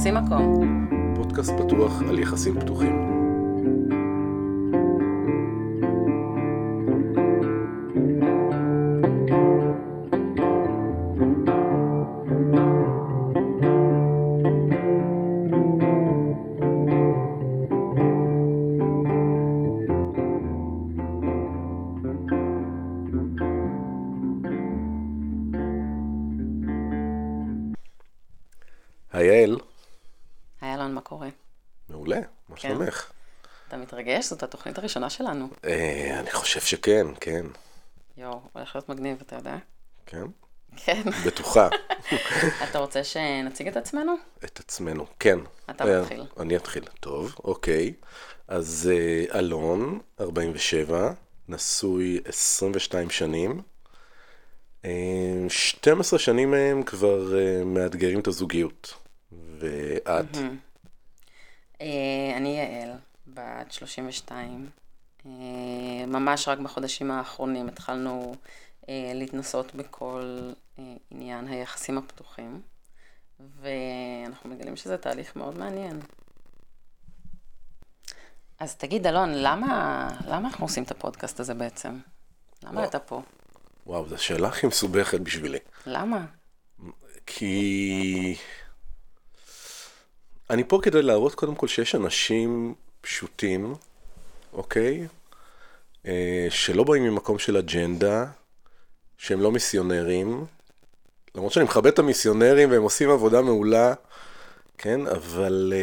תופסים מקום. פודקאסט פתוח על יחסים פתוחים. היי יעל. היי אלון, מה קורה? מעולה, מה שלומך? אתה מתרגש? זאת התוכנית הראשונה שלנו. אני חושב שכן, כן. יואו, הולך להיות מגניב, אתה יודע? כן? כן. בטוחה. אתה רוצה שנציג את עצמנו? את עצמנו, כן. אתה מתחיל. אני אתחיל, טוב, אוקיי. אז אלון, 47, נשוי 22 שנים. 12 שנים מהם כבר מאתגרים את הזוגיות. ואת? אני יעל, בת 32. ממש רק בחודשים האחרונים התחלנו להתנסות בכל עניין היחסים הפתוחים, ואנחנו מגלים שזה תהליך מאוד מעניין. אז תגיד אלון, למה אנחנו עושים את הפודקאסט הזה בעצם? למה אתה פה? וואו, זו שאלה הכי מסובכת בשבילי. למה? כי אני פה כדי להראות קודם כל שיש אנשים פשוטים, אוקיי? שלא באים ממקום של אג'נדה, שהם לא מיסיונרים, למרות שאני מכבד את המיסיונרים והם עושים עבודה מעולה, כן? אבל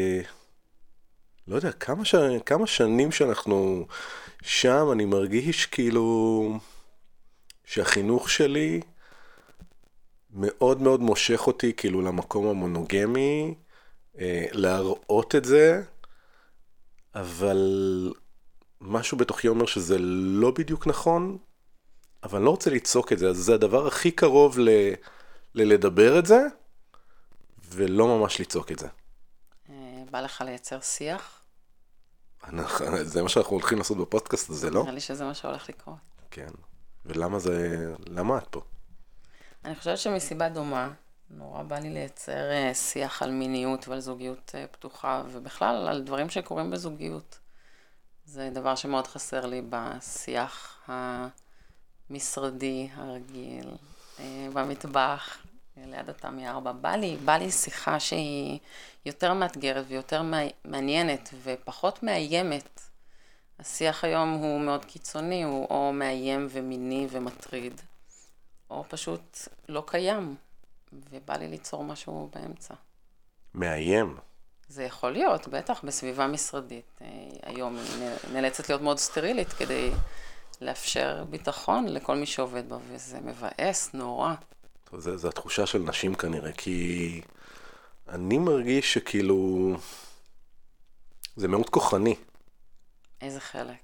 לא יודע, כמה שנים שאנחנו שם, אני מרגיש כאילו שהחינוך שלי מאוד מאוד מושך אותי כאילו למקום המונוגמי, להראות את זה, אבל משהו בתוכי אומר שזה לא בדיוק נכון, אבל אני לא רוצה לצעוק את זה, אז זה הדבר הכי קרוב לדבר את זה, ולא ממש לצעוק את זה. בא לך לייצר שיח? זה מה שאנחנו הולכים לעשות בפודקאסט הזה, לא? נראה לי שזה מה שהולך לקרות. כן. למה את פה? אני חושבת שמסיבה דומה, נורא בא לי לייצר שיח על מיניות ועל זוגיות פתוחה, ובכלל על דברים שקורים בזוגיות. זה דבר שמאוד חסר לי בשיח המשרדי הרגיל, במטבח, ליד התמי 4. בא לי שיחה שהיא יותר מאתגרת ויותר מעניינת ופחות מאיימת. השיח היום הוא מאוד קיצוני, הוא או מאיים ומיני ומטריד, או פשוט לא קיים, ובא לי ליצור משהו באמצע. מאיים? זה יכול להיות, בטח, בסביבה משרדית. היום נאלצת להיות מאוד סטרילית כדי לאפשר ביטחון לכל מי שעובד בה, וזה מבאס נורא. זה התחושה של נשים כנראה, כי אני מרגיש שכאילו זה מאוד כוחני. איזה חלק?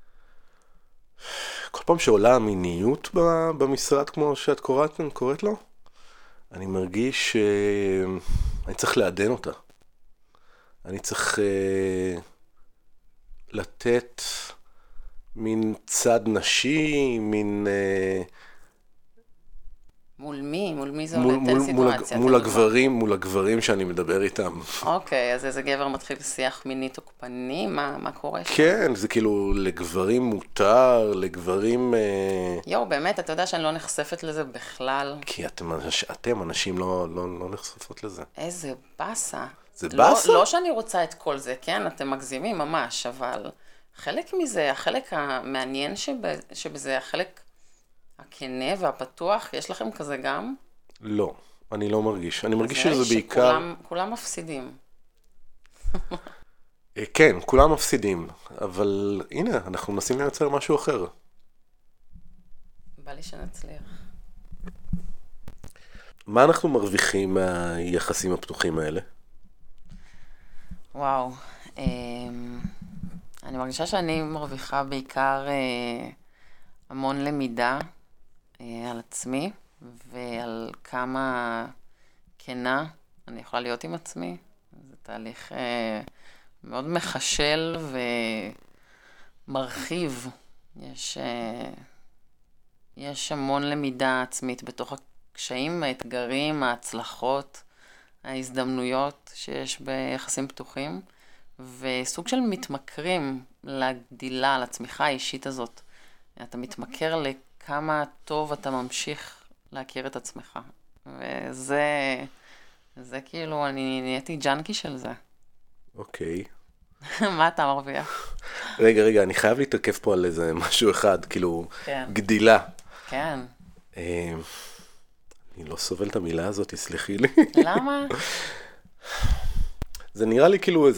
כל פעם שעולה המיניות במשרד כמו שאת קוראת לו, אני מרגיש שאני צריך לעדן אותה. אני צריך לתת מין צד נשי, מין מול מי? מול מי זה עולה? תן סיטואציה. מול הגברים שאני מדבר איתם. אוקיי, אז איזה גבר מתחיל שיח מיני תוקפני? מה קורה שם? כן, זה כאילו לגברים מותר, לגברים יואו, באמת, אתה יודע שאני לא נחשפת לזה בכלל. כי אתם אנשים לא נחשפות לזה. איזה בסה. זה בסה? לא שאני רוצה את כל זה, כן? אתם מגזימים ממש, אבל חלק מזה, החלק המעניין שבזה, החלק הכנה והפתוח, יש לכם כזה גם? לא, אני לא מרגיש. אני מרגיש שזה בעיקר כולם מפסידים. כן, כולם מפסידים, אבל הנה, אנחנו מנסים לייצר משהו אחר. בא לי שנצליח. מה אנחנו מרוויחים מהיחסים הפתוחים האלה? וואו, אני מרגישה שאני מרוויחה בעיקר המון למידה על עצמי, ועל כמה כנה אני יכולה להיות עם עצמי. זה תהליך מאוד מחשל ומרחיב. יש המון למידה עצמית בתוך הקשיים, האתגרים, ההצלחות. ההזדמנויות שיש ביחסים פתוחים, וסוג של מתמכרים לגדילה, לצמיחה האישית הזאת. אתה מתמכר לכמה טוב אתה ממשיך להכיר את עצמך. וזה כאילו, אני נהייתי ג'אנקי של זה. אוקיי. מה אתה מרוויח? רגע, אני חייב להתעכב פה על איזה משהו אחד, כאילו, כן. גדילה. כן. אני לא סובל את המילה הזאת, תסלחי לי. למה? זה נראה לי כאילו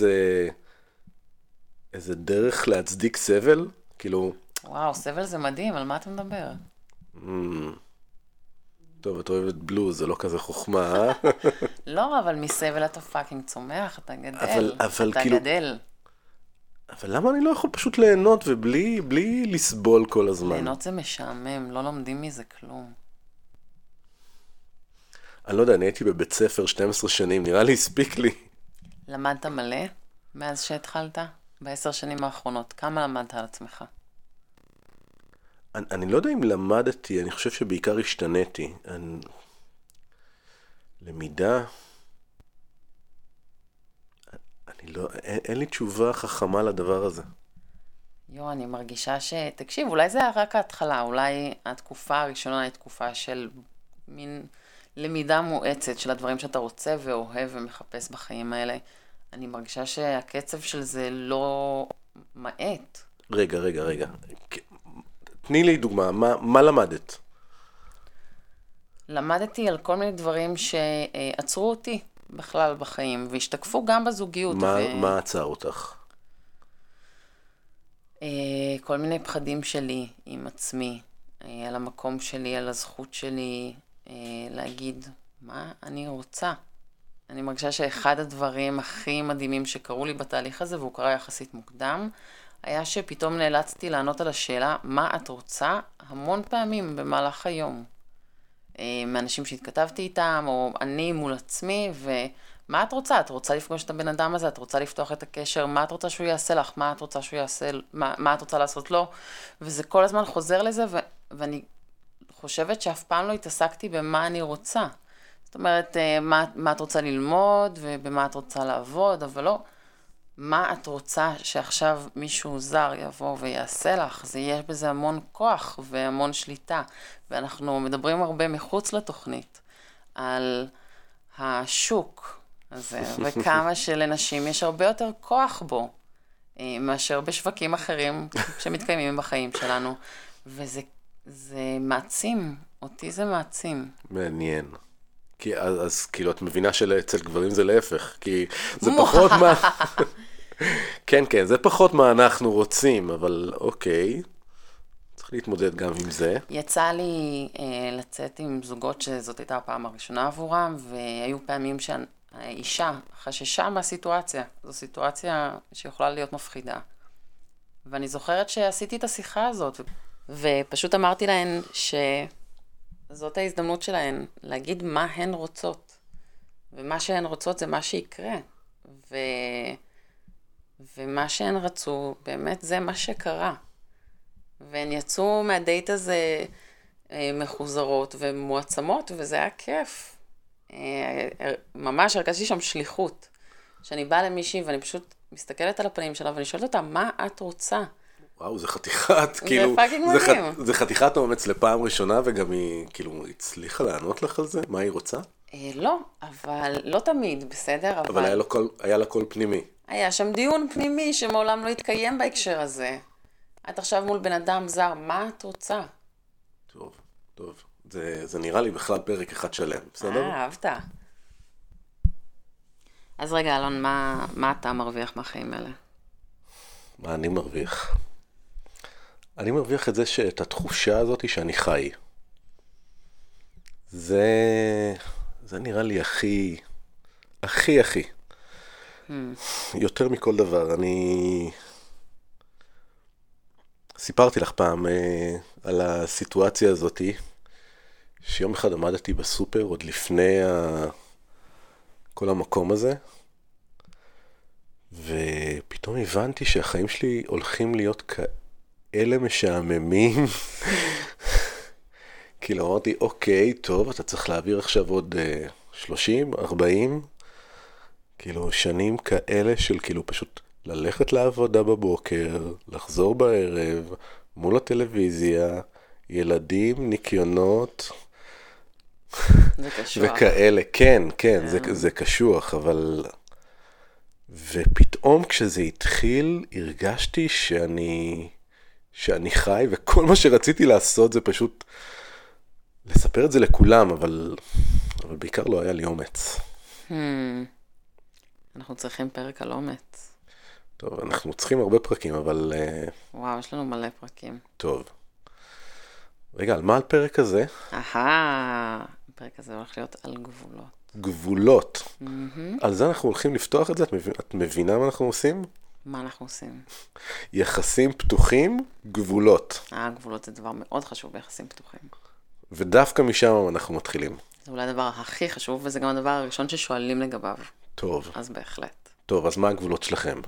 איזה דרך להצדיק סבל, כאילו... וואו, סבל זה מדהים, על מה אתה מדבר? טוב, את אוהבת בלוז, זה לא כזה חוכמה, אה? לא, אבל מסבל אתה פאקינג צומח, אתה גדל. אבל אתה כאילו- גדל. אבל למה אני לא יכול פשוט ליהנות ובלי לסבול כל הזמן? ליהנות זה משעמם, לא לומדים מזה כלום. אני לא יודע, אני הייתי בבית ספר 12 שנים, נראה לי הספיק לי. למדת מלא מאז שהתחלת? ב10 שנים האחרונות, כמה למדת על עצמך? אני לא יודע אם למדתי, אני חושב שבעיקר השתניתי. למידה... אני לא... אין לי תשובה חכמה לדבר הזה. יו, אני מרגישה תקשיב, אולי זה היה רק ההתחלה, אולי התקופה הראשונה היא תקופה של מין למידה מואצת של הדברים שאתה רוצה ואוהב ומחפש בחיים האלה. אני מרגישה שהקצב של זה לא מעט. רגע. תני לי דוגמה, מה למדת? למדתי על כל מיני דברים שעצרו אותי בכלל בחיים, והשתקפו גם בזוגיות. מה עצר אותך? כל מיני פחדים שלי עם עצמי, על המקום שלי, על הזכות שלי, להגיד מה אני רוצה. אני מרגישה שאחד הדברים הכי מדהימים שקרו לי בתהליך הזה, והוא קרה יחסית מוקדם, היה שפתאום נאלצתי לענות על השאלה, מה את רוצה? המון פעמים במהלך היום. מאנשים שהתכתבתי איתם, או אני מול עצמי, ומה את רוצה? את רוצה לפגוש את הבן אדם הזה? את רוצה לפתוח את הקשר? מה את רוצה שהוא יעשה לך? מה את רוצה שהוא יעשה? מה את רוצה לעשות לו? וזה כל הזמן חוזר לזה, ואני חושבת שאף פעם לא התעסקתי במה אני רוצה. זאת אומרת, מה את רוצה ללמוד, ובמה את רוצה לעבוד, אבל לא, מה את רוצה שעכשיו מישהו זר יבוא ויעשה לך? זה יש בזה המון כוח והמון שליטה. ואנחנו מדברים הרבה מחוץ לתוכנית על השוק הזה, וכמה שלנשים יש הרבה יותר כוח בו, מאשר בשווקים אחרים שמתקיימים בחיים שלנו. וזה מעצים, אותי זה מעצים. מעניין. אז כאילו את מבינה שאצל גברים זה להפך, כי זה פחות מה... כן, זה פחות מה אנחנו רוצים, אבל אוקיי, צריך להתמודד גם עם זה. יצא לי לצאת עם זוגות שזאת הייתה הפעם הראשונה עבורם, והיו פעמים שהאישה חששה מהסיטואציה. זו סיטואציה שיכולה להיות מפחידה. ואני זוכרת שעשיתי את השיחה הזאת, ופשוט אמרתי להן שזאת ההזדמנות שלהן, להגיד מה הן רוצות. ומה שהן רוצות זה מה שיקרה. ומה שהן רצו, באמת זה מה שקרה. והן יצאו מהדייט הזה מחוזרות ומועצמות, וזה היה כיף. ממש הרגשתי שם שליחות. שאני באה למישהי ואני פשוט מסתכלת על הפנים שלה, ואני שואלת אותה, מה את רוצה? וואו, זה חתיכת, כאילו, פאקינג מדהים. זה חתיכת אומץ לפעם ראשונה, וגם היא, כאילו, הצליחה לענות לך על זה? מה היא רוצה? לא, אבל לא תמיד, בסדר? אבל היה לה קול פנימי. היה שם דיון פנימי שמעולם לא התקיים בהקשר הזה. את עכשיו מול בן אדם זר, מה את רוצה? טוב. זה נראה לי בכלל פרק אחד שלם, בסדר? אהבת. אז רגע, אלון, מה אתה מרוויח מהחיים האלה? מה אני מרוויח? אני מרוויח את התחושה הזאת שאני חי. זה נראה לי הכי. יותר מכל דבר. אני סיפרתי לך פעם על הסיטואציה הזאת, שיום אחד עמדתי בסופר עוד לפני כל המקום הזה, ופתאום הבנתי שהחיים שלי הולכים להיות כאלה משעממים. כאילו אמרתי, אוקיי, טוב, אתה צריך להעביר עכשיו עוד 30, 40, כאילו, שנים כאלה של כאילו פשוט ללכת לעבודה בבוקר, לחזור בערב, מול הטלוויזיה, ילדים, ניקיונות זה קשוח. וכאלה. כן, כן, זה קשוח, אבל... ופתאום כשזה התחיל, הרגשתי שאני חי, וכל מה שרציתי לעשות זה פשוט לספר את זה לכולם, אבל בעיקר לא היה לי אומץ. אנחנו צריכים פרק על אומץ. טוב, אנחנו צריכים הרבה פרקים, אבל... וואו, יש לנו מלא פרקים. טוב. רגע, על מה הפרק הזה? הפרק הזה הולך להיות על גבולות. גבולות. על זה אנחנו הולכים לפתוח את זה? את מבינה מה אנחנו עושים? מה אנחנו עושים? יחסים פתוחים, גבולות. גבולות זה דבר מאוד חשוב ביחסים פתוחים. ודווקא משם אנחנו מתחילים. זה אולי הדבר הכי חשוב, וזה גם הדבר הראשון ששואלים לגביו. טוב. אז בהחלט. טוב, אז מה הגבולות שלכם?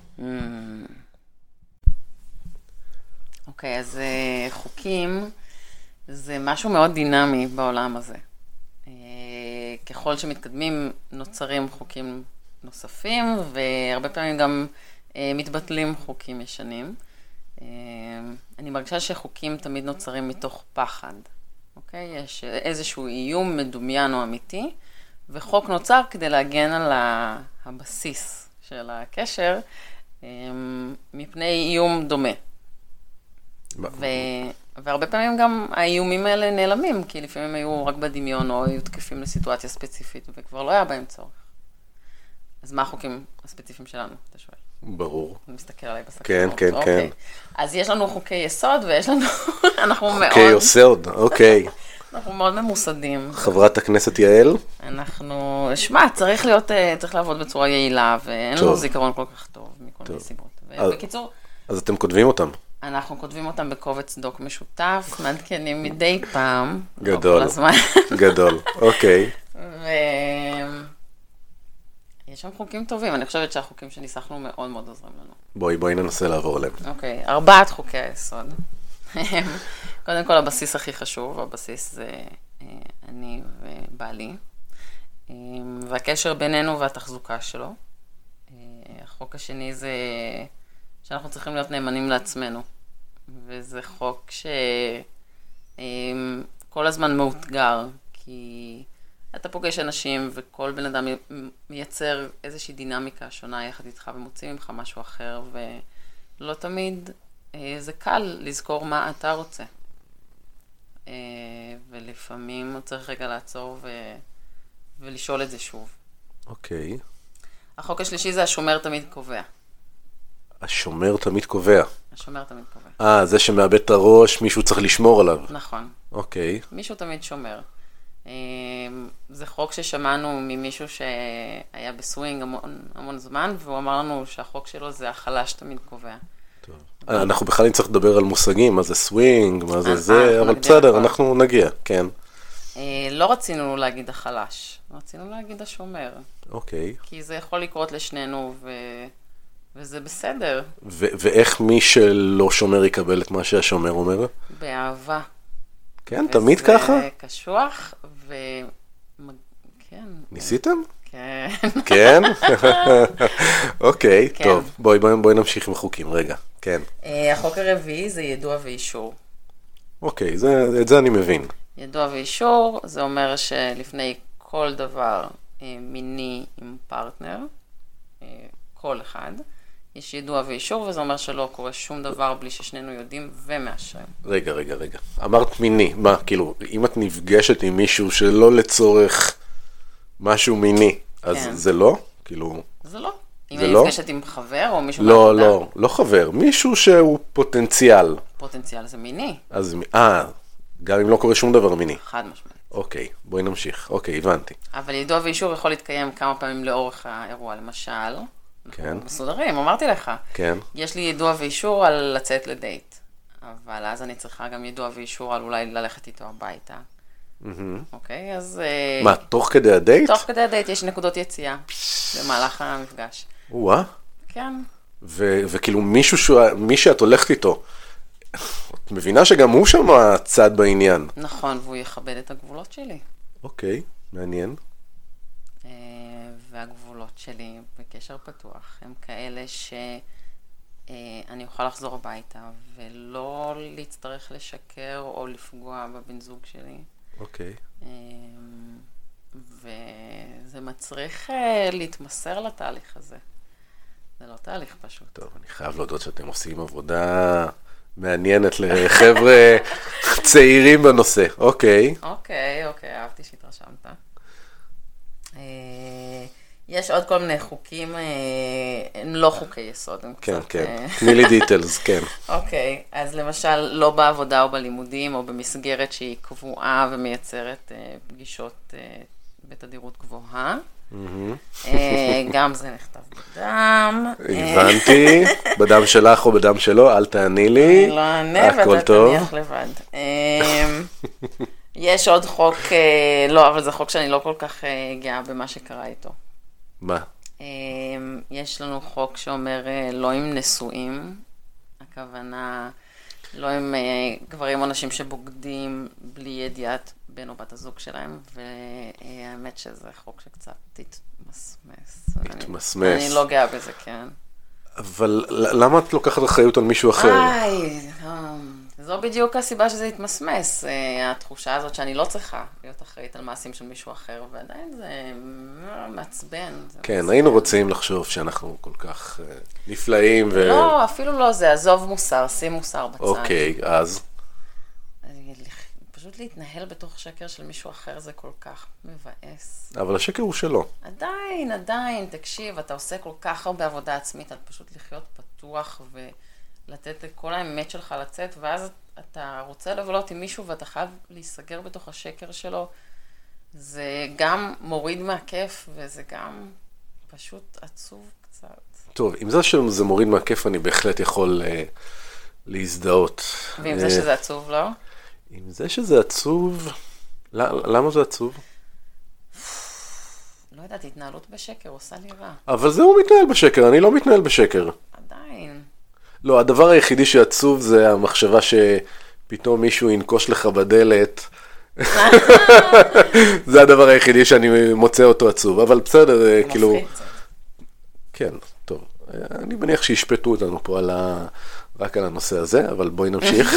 אוקיי, אז חוקים זה משהו מאוד דינמי בעולם הזה. ככל שמתקדמים נוצרים חוקים נוספים, והרבה פעמים גם מתבטלים חוקים ישנים. אני מרגישה שחוקים תמיד נוצרים מתוך פחד. אוקיי? יש איזשהו איום מדומיין או אמיתי, וחוק נוצר כדי להגן על הבסיס של הקשר, מפני איום דומה. והרבה פעמים גם האיומים האלה נעלמים, כי לפעמים היו רק בדמיון או היו תקפים לסיטואציה ספציפית, וכבר לא היה בהם צורך. אז מה החוקים הספציפיים שלנו, אתה שואל? ברור. אני מסתכל עליי בסקרנות. כן, כן, כן. אז יש לנו חוקי יסוד, ויש לנו, אנחנו מאוד... חוקי יסוד, אוקיי. אנחנו מאוד ממוסדים. חברת הכנסת יעל? אנחנו, צריך לעבוד בצורה יעילה, ואין לנו זיכרון כל כך טוב, מכל מיני סיבות. ובקיצור... אז אתם כותבים אותם? אנחנו כותבים אותם בקובץ דוק משותף, מעדכנים מדי פעם. גדול. לא כל הזמן. גדול, אוקיי. יש שם חוקים טובים, אני חושבת שהחוקים שניסחנו מאוד מאוד עוזרים לנו. בואי ננסה לעבור עליהם. אוקיי, 4 חוקי היסוד. קודם כל, הבסיס הכי חשוב, הבסיס זה אני ובעלי, והקשר בינינו והתחזוקה שלו. החוק השני זה שאנחנו צריכים להיות נאמנים לעצמנו, וזה חוק שכל הזמן מאותגר, כי אתה פוגש אנשים וכל בן אדם מייצר איזושהי דינמיקה שונה יחד איתך ומוציא ממך משהו אחר, ולא תמיד זה קל לזכור מה אתה רוצה. ולפעמים צריך רגע לעצור ולשאול את זה שוב. אוקיי. החוק השלישי זה השומר תמיד קובע. השומר תמיד קובע. השומר תמיד קובע. זה שמאבד את הראש, מישהו צריך לשמור עליו. נכון. אוקיי. מישהו תמיד שומר. זה חוק ששמענו ממישהו שהיה בסווינג המון זמן, והוא אמר לנו שהחוק שלו זה החלש תמיד קובע. טוב. אנחנו בכלל נצטרך לדבר על מושגים, מה זה סווינג, מה זה זה, אבל בסדר, אנחנו נגיע, כן. לא רצינו להגיד החלש, רצינו להגיד השומר. אוקיי. כי זה יכול לקרות לשנינו, וזה בסדר. ואיך מי שלא שומר יקבל את מה שהשומר אומר? באהבה. כן, תמיד ככה? וזה קשוח, כן. ניסיתם? כן. כן? אוקיי, טוב. בואי נמשיך עם החוקים, רגע. כן. החוק הרביעי זה ידוע ואישור. אוקיי, את זה אני מבין. ידוע ואישור, זה אומר שלפני כל דבר מיני עם פרטנר, כל אחד, יש ידוע ואישור, וזה אומר שלא קורה שום דבר בלי ששנינו יודעים ומאשרים. רגע. אמרת מיני, מה, כאילו, אם את נפגשת עם מישהו שלא לצורך משהו מיני, אז זה לא? כאילו... זה לא. אם אני נפגשת עם חבר או מישהו בעבודה? לא חבר, מישהו שהוא פוטנציאל. פוטנציאל זה מיני. אז, גם אם לא קורה שום דבר מיני. חד משמעית. אוקיי, בואי נמשיך. אוקיי, הבנתי. אבל ידוע ואישור יכול להתקיים כמה פעמים לאורך האירוע, למשל. כן. אנחנו מסודרים, אמרתי לך. כן. יש לי ידוע ואישור על לצאת לדייט. אבל אז אני צריכה גם ידוע ואישור על אולי ללכת איתו הביתה. אוקיי, אז... מה, תוך כדי הדייט? תוך כדי הדייט יש נקודות יציאה במהלך המפגש. וואה. כן. וכאילו מי שאת הולכת איתו, את מבינה שגם הוא שם הצד בעניין. נכון, והוא יכבד את הגבולות שלי. אוקיי, מעניין. והגבולות שלי בקשר פתוח הם כאלה שאני אוכל לחזור הביתה ולא להצטרך לשקר או לפגוע בבן זוג שלי. אוקיי. וזה מצריך להתמסר לתהליך הזה. זה לא תהליך פשוט. טוב, אני חייב להודות שאתם עושים עבודה מעניינת לחבר'ה צעירים בנושא. אוקיי. אוקיי, אהבתי שהתרשמת. יש עוד כל מיני חוקים, הם לא חוקי יסוד. כן, כן. תני לי דיטלס, כן. אוקיי, אז למשל לא בעבודה או בלימודים או במסגרת שהיא קבועה ומייצרת פגישות בתדירות גבוהה. גם זה נכתב בדם. הבנתי, בדם שלך או בדם שלו, אל תעני לי. לא אענה ואתה תניח לבד. יש עוד חוק, לא, אבל זה חוק שאני לא כל כך גאה במה שקרה איתו. מה? יש לנו חוק שאומר לא עם נשואים, הכוונה לא עם גברים או נשים שבוגדים בלי ידיעת בן או בת הזוג שלהם, והאמת שזה חוק שקצת תתמסמס. תתמסמס. אני לא גאה בזה, כן. אבל למה את לוקחת אחריות על מישהו אחר? זו בדיוק הסיבה שזה יתמסמס, התחושה הזאת שאני לא צריכה להיות אחראית על מעשים של מישהו אחר, ועדיין זה מעצבן. כן, היינו רוצים לחשוב שאנחנו כל כך נפלאים ו... לא, אפילו לא זה, עזוב מוסר, שים מוסר בצד. אוקיי, אז? פשוט להתנהל בתוך שקר של מישהו אחר זה כל כך מבאס. אבל השקר הוא שלו. עדיין, תקשיב, אתה עושה כל כך הרבה עבודה עצמית, על פשוט לחיות פתוח ולתת כל האמת שלך לצאת, ואז אתה רוצה לבלות עם מישהו ואתה חייב להיסגר בתוך השקר שלו. זה גם מוריד מהכיף, וזה גם פשוט עצוב קצת. טוב, עם זה שזה מוריד מהכיף, אני בהחלט יכול להזדהות. ועם זה שזה עצוב, לא? עם זה שזה עצוב, למה זה עצוב? לא יודעת, התנהלות בשקר עושה לי רע. אבל זה הוא מתנהל בשקר, אני לא מתנהל בשקר. עדיין. לא, הדבר היחידי שעצוב זה המחשבה שפתאום מישהו ינקוש לך בדלת. זה הדבר היחידי שאני מוצא אותו עצוב, אבל בסדר, כאילו... כן, טוב. אני מניח שישפטו אותנו פה רק על הנושא הזה, אבל בואי נמשיך.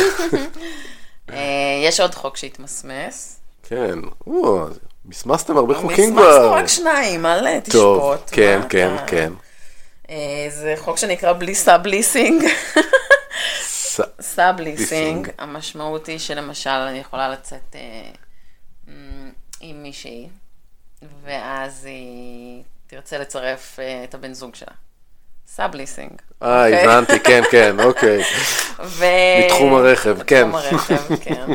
יש עוד חוק שהתמסמס. כן, מסמסתם הרבה חוקים כבר. מסמסנו רק שניים, אל תשפוט. טוב, כן, כן, כן. זה חוק שנקרא בלי סאבליסינג. סאבליסינג, המשמעות היא שלמשל אני יכולה לצאת עם מישהי, ואז היא תרצה לצרף את הבן זוג שלה. סאבליסינג. הבנתי, כן, כן, אוקיי. בתחום הרכב, כן. בתחום הרכב, כן.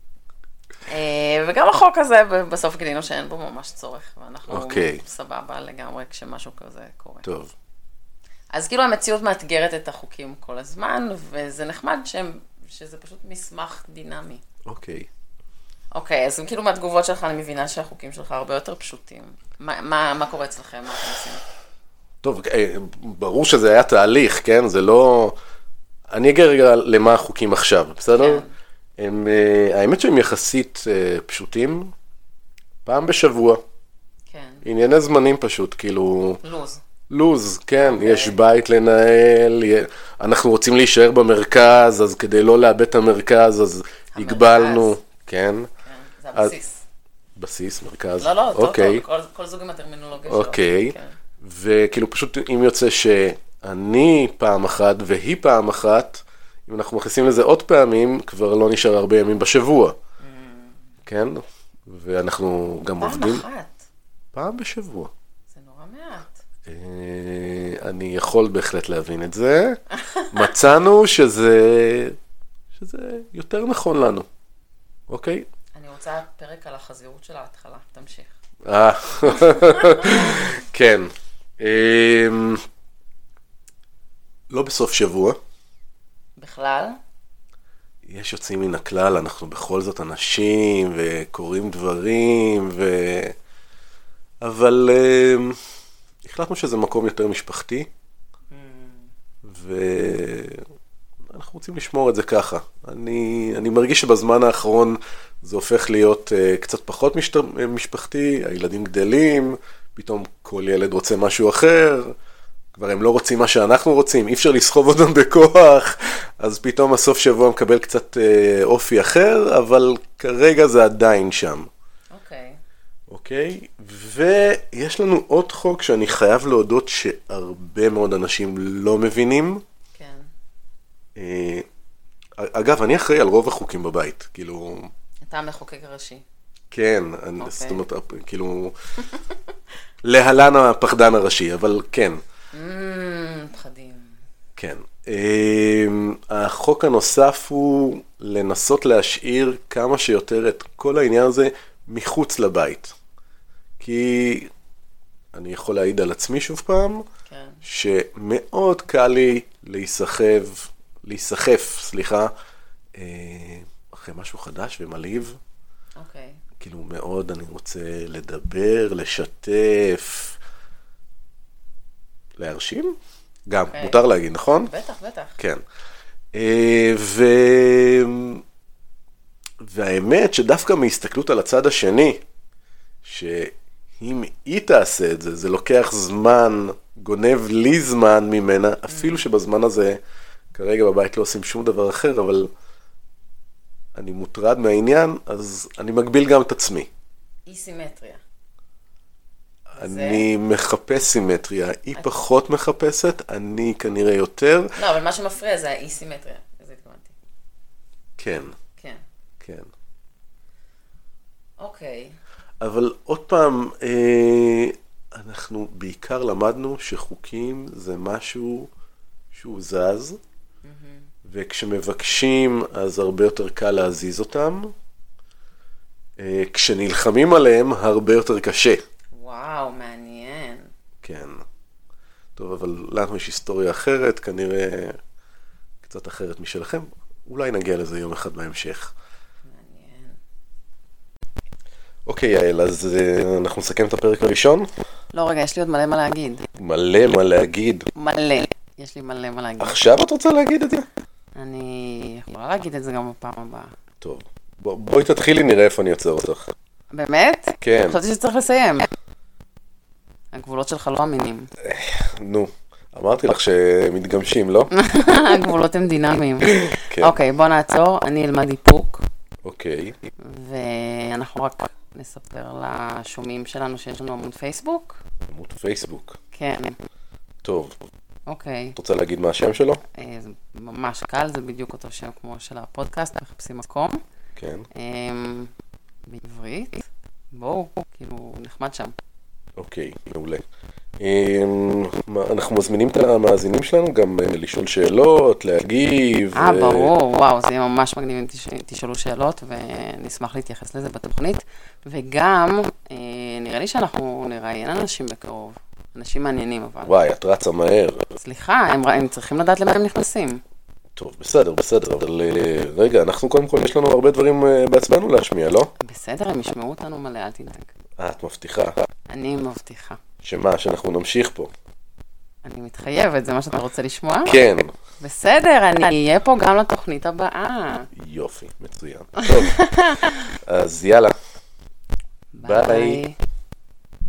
וגם החוק הזה, בסוף גילינו שאין בו ממש צורך, ואנחנו סבבה לגמרי כשמשהו כזה קורה. טוב. אז כאילו המציאות מאתגרת את החוקים כל הזמן, וזה נחמד שזה פשוט מסמך דינמי. אוקיי. אוקיי, אז כאילו מהתגובות שלך אני מבינה שהחוקים שלך הרבה יותר פשוטים. מה קורה אצלכם? מה אתם עושים? טוב, ברור שזה היה תהליך, כן? זה לא... אני אגיע רגע למה החוקים עכשיו, בסדר? כן. האמת שהם יחסית פשוטים, פעם בשבוע. כן. ענייני זמנים פשוט, כאילו... לוז, כן. Okay. יש בית לנהל, אנחנו רוצים להישאר במרכז, אז כדי לא לאבד את המרכז, אז הגבלנו, כן. כן, זה הבסיס. בסיס, מרכז. לא, אוקיי. כל זוג עם הטרמינולוגיה שלו. אוקיי. וכאילו פשוט אם יוצא שאני פעם אחת והיא פעם אחת, אם אנחנו מכניסים לזה עוד פעמים, כבר לא נשאר הרבה ימים בשבוע. כן? ואנחנו גם עובדים... פעם אחת? פעם בשבוע. זה נורא מעט. אני יכול בהחלט להבין את זה. מצאנו שזה יותר נכון לנו. אוקיי? אני רוצה פרק על החזירות של ההתחלה. תמשיך. כן. לא בסוף שבוע. בכלל? יש יוצאים מן הכלל, אנחנו בכל זאת אנשים וקוראים דברים אבל החלטנו שזה מקום יותר משפחתי ואנחנו רוצים לשמור את זה ככה. אני מרגיש שבזמן האחרון זה הופך להיות קצת פחות משפחתי, הילדים גדלים, פתאום כל ילד רוצה משהו אחר, כבר הם לא רוצים מה שאנחנו רוצים, אי אפשר לסחוב אותם בכוח, אז פתאום הסוף שבוע מקבל קצת אופי אחר, אבל כרגע זה עדיין שם. אוקיי. אוקיי? ויש לנו עוד חוק שאני חייב להודות שהרבה מאוד אנשים לא מבינים. כן. אגב, אני אחראי על רוב החוקים בבית, כאילו... אתה המחוקק הראשי. כן, זאת אומרת, כאילו... להלן הפחדן הראשי, אבל כן. פחדים. כן. החוק הנוסף הוא לנסות להשאיר כמה שיותר את כל העניין הזה מחוץ לבית. כי אני יכול להעיד על עצמי שוב פעם, כן. שמאוד קל לי להיסחף, אחרי משהו חדש ומלהיב. אוקיי. כאילו מאוד אני רוצה לדבר, לשתף, להרשים? גם, מותר להגיד, נכון? בטח, בטח. כן. והאמת שדווקא מהסתכלות על הצד השני, שאם היא תעשה את זה, זה לוקח זמן, גונב לי זמן ממנה, אפילו שבזמן הזה כרגע בבית לא עושים שום דבר אחר, אבל אני מוטרד מהעניין, אז אני מגביל גם את עצמי. אי סימטריה. אני מחפש סימטריה, היא פחות מחפשת, אני כנראה יותר. לא, אבל מה שמפריע זה האי סימטריה, זה התכוונתי. כן. כן. כן. אוקיי. אבל עוד פעם, אנחנו בעיקר למדנו שחוקים זה משהו שהוא זז, וכשמבקשים אז הרבה יותר קל להזיז אותם, כשנלחמים עליהם הרבה יותר קשה. וואו, מעניין. כן. טוב, אבל לנו יש היסטוריה אחרת, כנראה קצת אחרת משלכם. אולי נגיע לזה יום אחד בהמשך. מעניין. אוקיי, יעל, אז אנחנו נסכם את הפרק הראשון. לא, רגע, יש לי עוד מלא מה להגיד. מלא מה להגיד. מלא. יש לי מלא מה להגיד. עכשיו את רוצה להגיד את זה? אני יכולה להגיד את זה גם בפעם הבאה. טוב. בואי תתחילי, נראה איפה אני יוצר אותך. באמת? כן. חשבתי שצריך לסיים. הגבולות שלך לא אמינים. נו, אמרתי לך שמתגמשים, לא? הגבולות הם דינמיים. כן. אוקיי, בוא נעצור, אני אלמד איפוק. אוקיי. ואנחנו רק נספר לשומעים שלנו שיש לנו עמוד פייסבוק. עמוד פייסבוק. כן. טוב. אוקיי. את רוצה להגיד מה השם שלו? זה ממש קל, זה בדיוק אותו שם כמו של הפודקאסט, מחפשים מקום. כן. בעברית. בואו, כאילו, נחמד שם. אוקיי, מעולה. אנחנו מזמינים את המאזינים שלנו גם לשאול שאלות, להגיב. ברור, וואו, זה יהיה ממש מגניב אם תשאלו שאלות, ונשמח להתייחס לזה בתוכנית. וגם, נראה לי שאנחנו נראיין אנשים בקרוב. אנשים מעניינים אבל. וואי, את רצה מהר. סליחה, הם צריכים לדעת למה הם נכנסים. טוב, בסדר, אבל רגע, אנחנו קודם כל, יש לנו הרבה דברים בעצמנו להשמיע, לא? בסדר, הם ישמעו אותנו מלא, אל תדאג. את מבטיחה. אני מבטיחה. שמה, שאנחנו נמשיך פה. אני מתחייבת, זה מה שאתה רוצה לשמוע? כן. בסדר, אני אהיה פה גם לתוכנית הבאה. יופי, מצוין. טוב, אז יאללה. ביי.